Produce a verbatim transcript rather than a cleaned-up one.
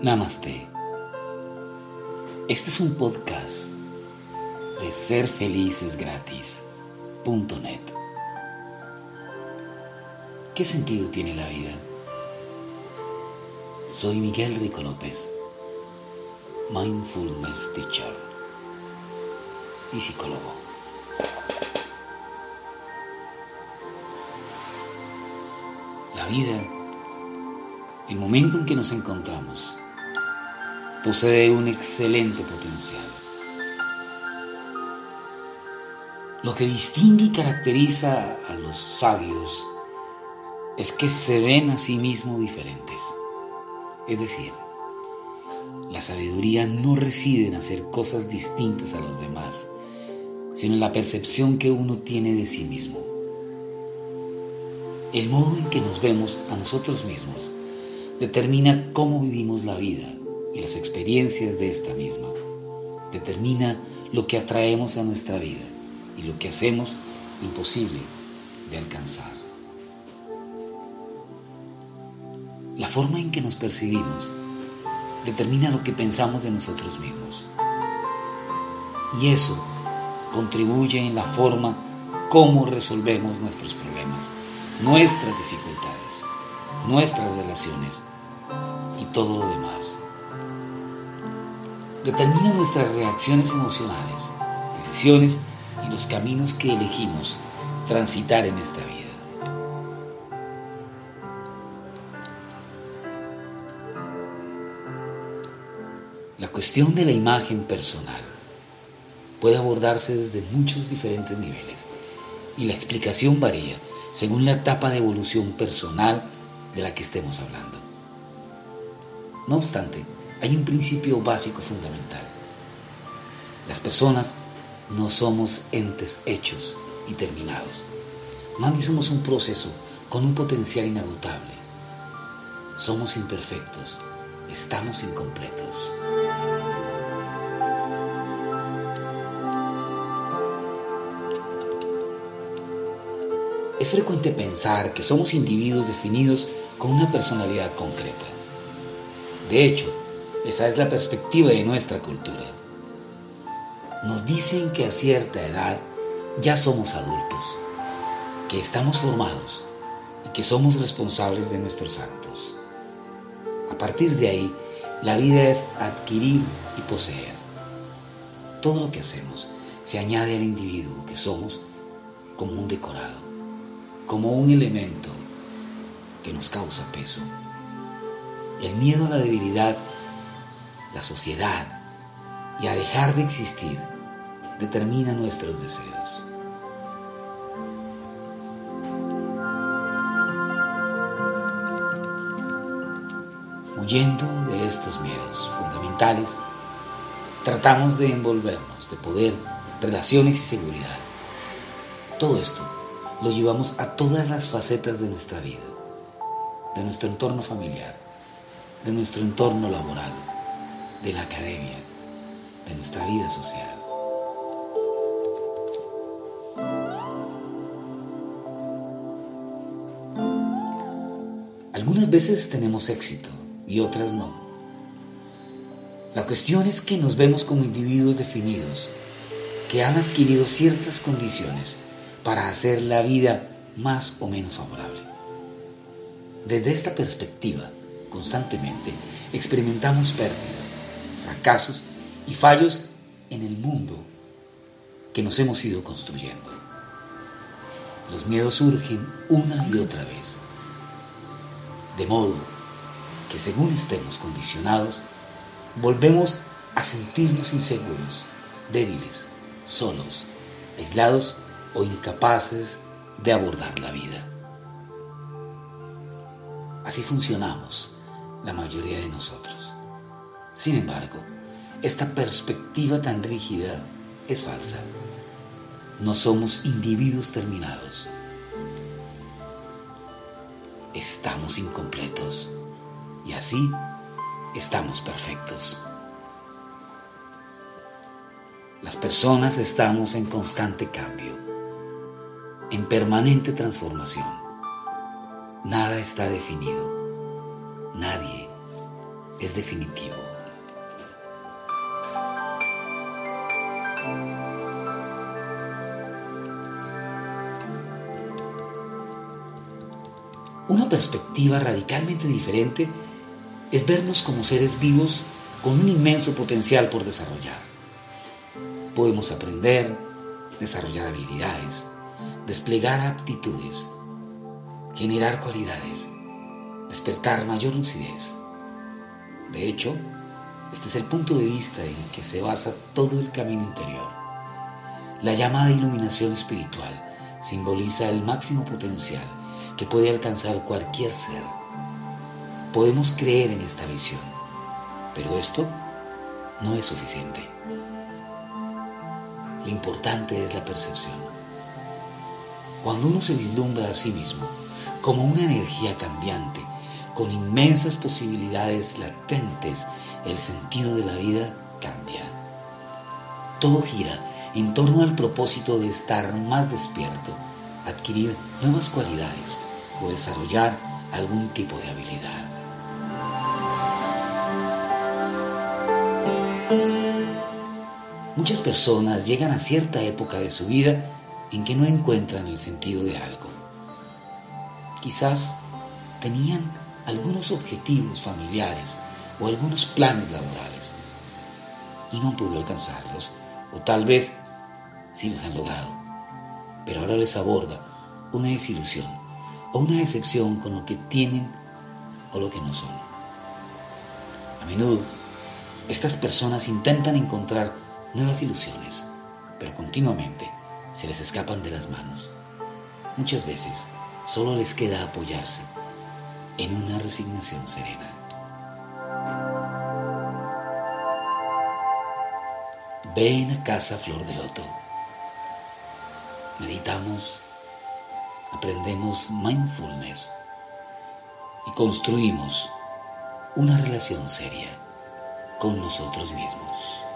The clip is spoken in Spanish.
Namaste. Este es un podcast de ser felices gratis punto net. ¿Qué sentido tiene la vida? Soy Miguel Rico López, Mindfulness Teacher y psicólogo. La vida, el momento en que nos encontramos, posee un excelente potencial. Lo que distingue y caracteriza a los sabios es que se ven a sí mismos diferentes. Es decir, la sabiduría no reside en hacer cosas distintas a los demás, sino en la percepción que uno tiene de sí mismo. El modo en que nos vemos a nosotros mismos determina cómo vivimos la vida y las experiencias de esta misma. Determina lo que atraemos a nuestra vida y lo que hacemos imposible de alcanzar. La forma en que nos percibimos determina lo que pensamos de nosotros mismos. Y eso contribuye en la forma como resolvemos nuestros problemas, nuestras dificultades, nuestras relaciones y todo lo demás. Determina nuestras reacciones emocionales, decisiones y los caminos que elegimos transitar en esta vida. La cuestión de la imagen personal puede abordarse desde muchos diferentes niveles y la explicación varía según la etapa de evolución personal de la que estemos hablando. No obstante, hay un principio básico fundamental. Las personas no somos entes hechos y terminados. Más bien somos un proceso con un potencial inagotable. Somos imperfectos, estamos incompletos. Es frecuente pensar que somos individuos definidos con una personalidad concreta. De hecho, esa es la perspectiva de nuestra cultura. Nos dicen que a cierta edad ya somos adultos, que estamos formados y que somos responsables de nuestros actos. A partir de ahí, la vida es adquirir y poseer. Todo lo que hacemos se añade al individuo que somos como un decorado, como un elemento que nos causa peso. El miedo a la debilidad, la sociedad y a dejar de existir determina nuestros deseos. Huyendo de estos miedos fundamentales, tratamos de envolvernos de poder, relaciones y seguridad. Todo esto lo llevamos a todas las facetas de nuestra vida, de nuestro entorno familiar, de nuestro entorno laboral, de la academia, de nuestra vida social. Algunas veces tenemos éxito y otras no. La cuestión es que nos vemos como individuos definidos que han adquirido ciertas condiciones para hacer la vida más o menos favorable. Desde esta perspectiva, constantemente experimentamos pérdidas, fracasos y fallos en el mundo que nos hemos ido construyendo. Los miedos surgen una y otra vez, de modo que según estemos condicionados, volvemos a sentirnos inseguros, débiles, solos, aislados o incapaces de abordar la vida. Así funcionamos la mayoría de nosotros. Sin embargo, esta perspectiva tan rígida es falsa. No somos individuos terminados. Estamos incompletos y así estamos perfectos. Las personas estamos en constante cambio, en permanente transformación. Nada está definido. Nadie es definitivo. Una perspectiva radicalmente diferente es vernos como seres vivos con un inmenso potencial por desarrollar. Podemos aprender, desarrollar habilidades, desplegar aptitudes, generar cualidades, despertar mayor lucidez. De hecho, este es el punto de vista en que se basa todo el camino interior. La llamada iluminación espiritual simboliza el máximo potencial que puede alcanzar cualquier ser. Podemos creer en esta visión, pero esto no es suficiente. Lo importante es la percepción. Cuando uno se vislumbra a sí mismo como una energía cambiante, con inmensas posibilidades latentes, el sentido de la vida cambia. Todo gira en torno al propósito de estar más despierto, adquirir nuevas cualidades o desarrollar algún tipo de habilidad. Muchas personas llegan a cierta época de su vida en que no encuentran el sentido de algo. Quizás tenían algunos objetivos familiares o algunos planes laborales y no han podido alcanzarlos, o tal vez sí los han logrado, pero ahora les aborda una desilusión o una decepción con lo que tienen o lo que no son. A menudo, estas personas intentan encontrar nuevas ilusiones, pero continuamente se les escapan de las manos. Muchas veces solo les queda apoyarse en una resignación serena. Ven a casa, flor de loto. Meditamos, aprendemos mindfulness y construimos una relación seria con nosotros mismos.